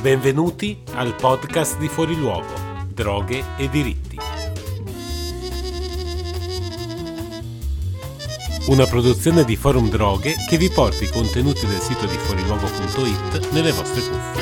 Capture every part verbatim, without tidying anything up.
Benvenuti al podcast di Fuori Luogo, Droghe e Diritti. Una produzione di Forum Droghe che vi porta i contenuti del sito di fuoriluogo punto it nelle vostre cuffie.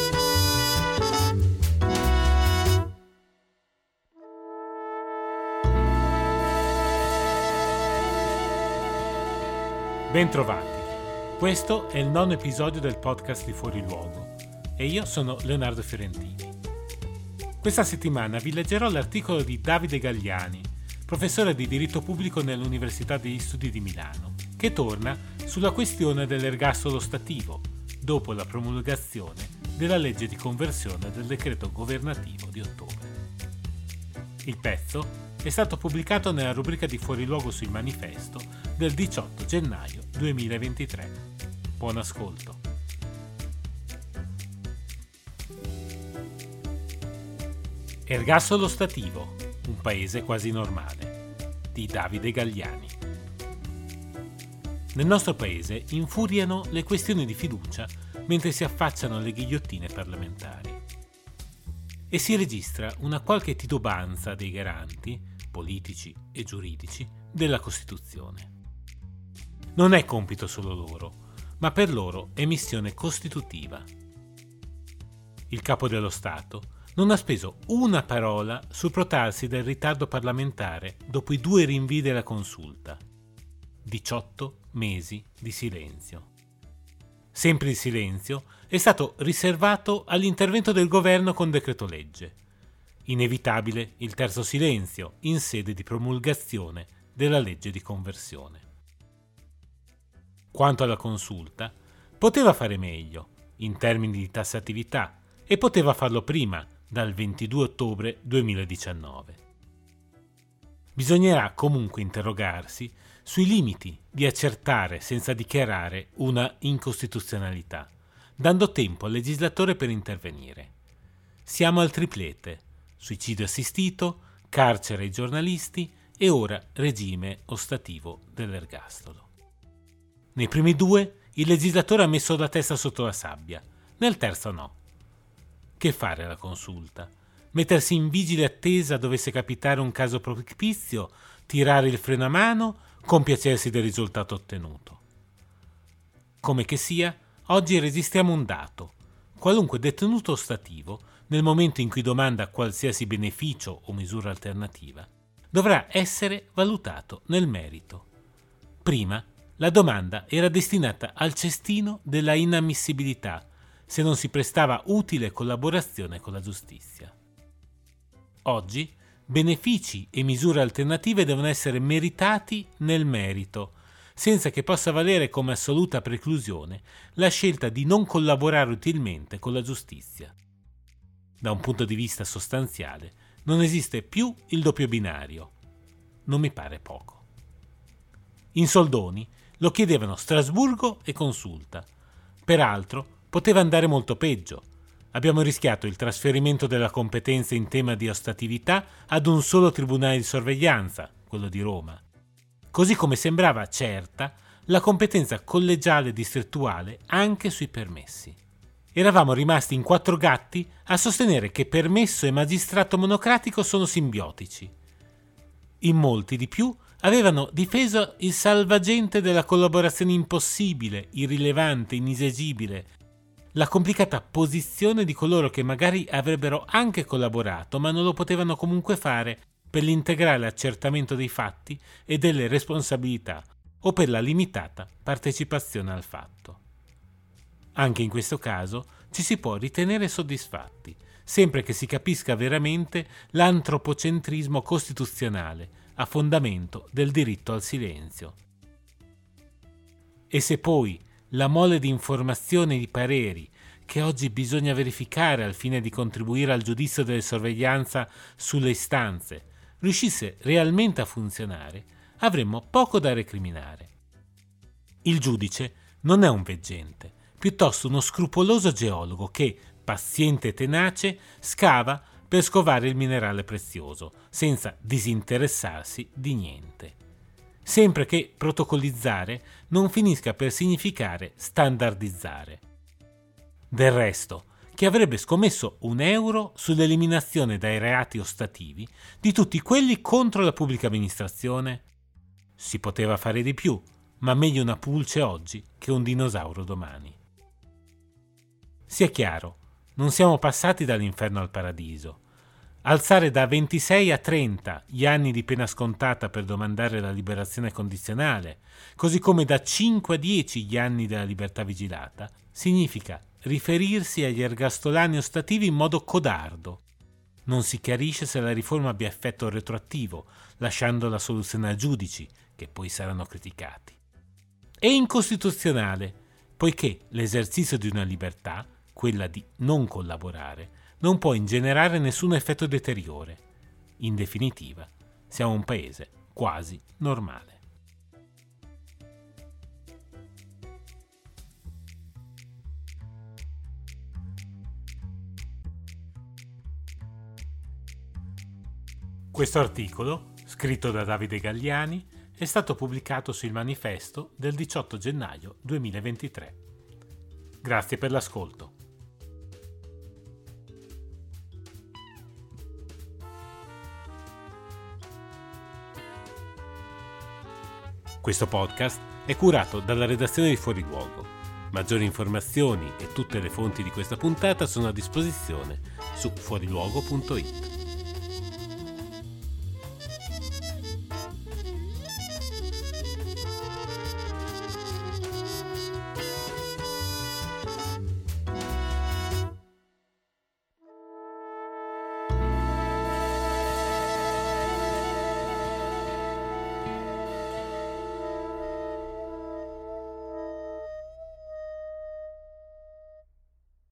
Bentrovati. Questo è il nono episodio del podcast di Fuori Luogo e io sono Leonardo Fiorentini. Questa settimana vi leggerò l'articolo di Davide Galliani, professore di diritto pubblico nell'Università degli Studi di Milano, che torna sulla questione dell'ergastolo stativo, dopo la promulgazione della legge di conversione del decreto governativo di ottobre. Il pezzo è stato pubblicato nella rubrica di Fuori Luogo sul Manifesto del diciotto gennaio duemilaventitré. Buon ascolto. Ergastolo stativo, un paese quasi normale, di Davide Galliani. Nel nostro paese infuriano le questioni di fiducia mentre si affacciano le ghigliottine parlamentari. E si registra una qualche titubanza dei garanti, politici e giuridici, della Costituzione. Non è compito solo loro, ma per loro è missione costitutiva. Il capo dello Stato non ha speso una parola sul protrarsi del ritardo parlamentare dopo i due rinvii della consulta. diciotto mesi di silenzio. Sempre il silenzio è stato riservato all'intervento del governo con decreto legge. Inevitabile il terzo silenzio in sede di promulgazione della legge di conversione. Quanto alla consulta, poteva fare meglio in termini di tassatività e poteva farlo prima, dal ventidue ottobre duemiladiciannove. Bisognerà comunque interrogarsi sui limiti di accertare senza dichiarare una incostituzionalità, dando tempo al legislatore per intervenire. Siamo al triplete: suicidio assistito, carcere ai giornalisti e ora regime ostativo dell'ergastolo. Nei primi due il legislatore ha messo la testa sotto la sabbia, nel terzo no. Che fare alla consulta? Mettersi in vigile attesa dovesse capitare un caso propizio, tirare il freno a mano, compiacersi del risultato ottenuto. Come che sia, oggi registriamo un dato. Qualunque detenuto ostativo, nel momento in cui domanda qualsiasi beneficio o misura alternativa, dovrà essere valutato nel merito. Prima, la domanda era destinata al cestino della inammissibilità, se non si prestava utile collaborazione con la giustizia. Oggi, benefici e misure alternative devono essere meritati nel merito, senza che possa valere come assoluta preclusione la scelta di non collaborare utilmente con la giustizia. Da un punto di vista sostanziale, non esiste più il doppio binario. Non mi pare poco. In soldoni lo chiedevano Strasburgo e Consulta. Peraltro, poteva andare molto peggio. Abbiamo rischiato il trasferimento della competenza in tema di ostatività ad un solo tribunale di sorveglianza, quello di Roma. Così come sembrava certa la competenza collegiale distrettuale anche sui permessi. Eravamo rimasti in quattro gatti a sostenere che permesso e magistrato monocratico sono simbiotici. In molti di più avevano difeso il salvagente della collaborazione impossibile, irrilevante, inesigibile, la complicata posizione di coloro che magari avrebbero anche collaborato ma non lo potevano comunque fare per l'integrale accertamento dei fatti e delle responsabilità o per la limitata partecipazione al fatto. Anche in questo caso ci si può ritenere soddisfatti, sempre che si capisca veramente l'antropocentrismo costituzionale a fondamento del diritto al silenzio. E se poi la mole di informazioni e di pareri che oggi bisogna verificare al fine di contribuire al giudizio della sorveglianza sulle istanze riuscisse realmente a funzionare, avremmo poco da recriminare. Il giudice non è un veggente, piuttosto uno scrupoloso geologo che, paziente e tenace, scava per scovare il minerale prezioso, senza disinteressarsi di niente. Sempre che protocollizzare non finisca per significare standardizzare. Del resto, che avrebbe scommesso un euro sull'eliminazione dai reati ostativi di tutti quelli contro la pubblica amministrazione. Si poteva fare di più, ma meglio una pulce oggi che un dinosauro domani. Sia chiaro, non siamo passati dall'inferno al paradiso. Alzare da ventisei a trenta gli anni di pena scontata per domandare la liberazione condizionale, così come da cinque a dieci gli anni della libertà vigilata, significa riferirsi agli ergastolani ostativi in modo codardo. Non si chiarisce se la riforma abbia effetto retroattivo, lasciando la soluzione a giudici, che poi saranno criticati. È incostituzionale, poiché l'esercizio di una libertà, quella di non collaborare, non può ingenerare nessun effetto deteriore. In definitiva, siamo un paese quasi normale. Questo articolo, scritto da Davide Galliani, è stato pubblicato sul Manifesto del diciotto gennaio duemilaventitré. Grazie per l'ascolto. Questo podcast è curato dalla redazione di Fuori Luogo. Maggiori informazioni e tutte le fonti di questa puntata sono a disposizione su fuoriluogo punto it.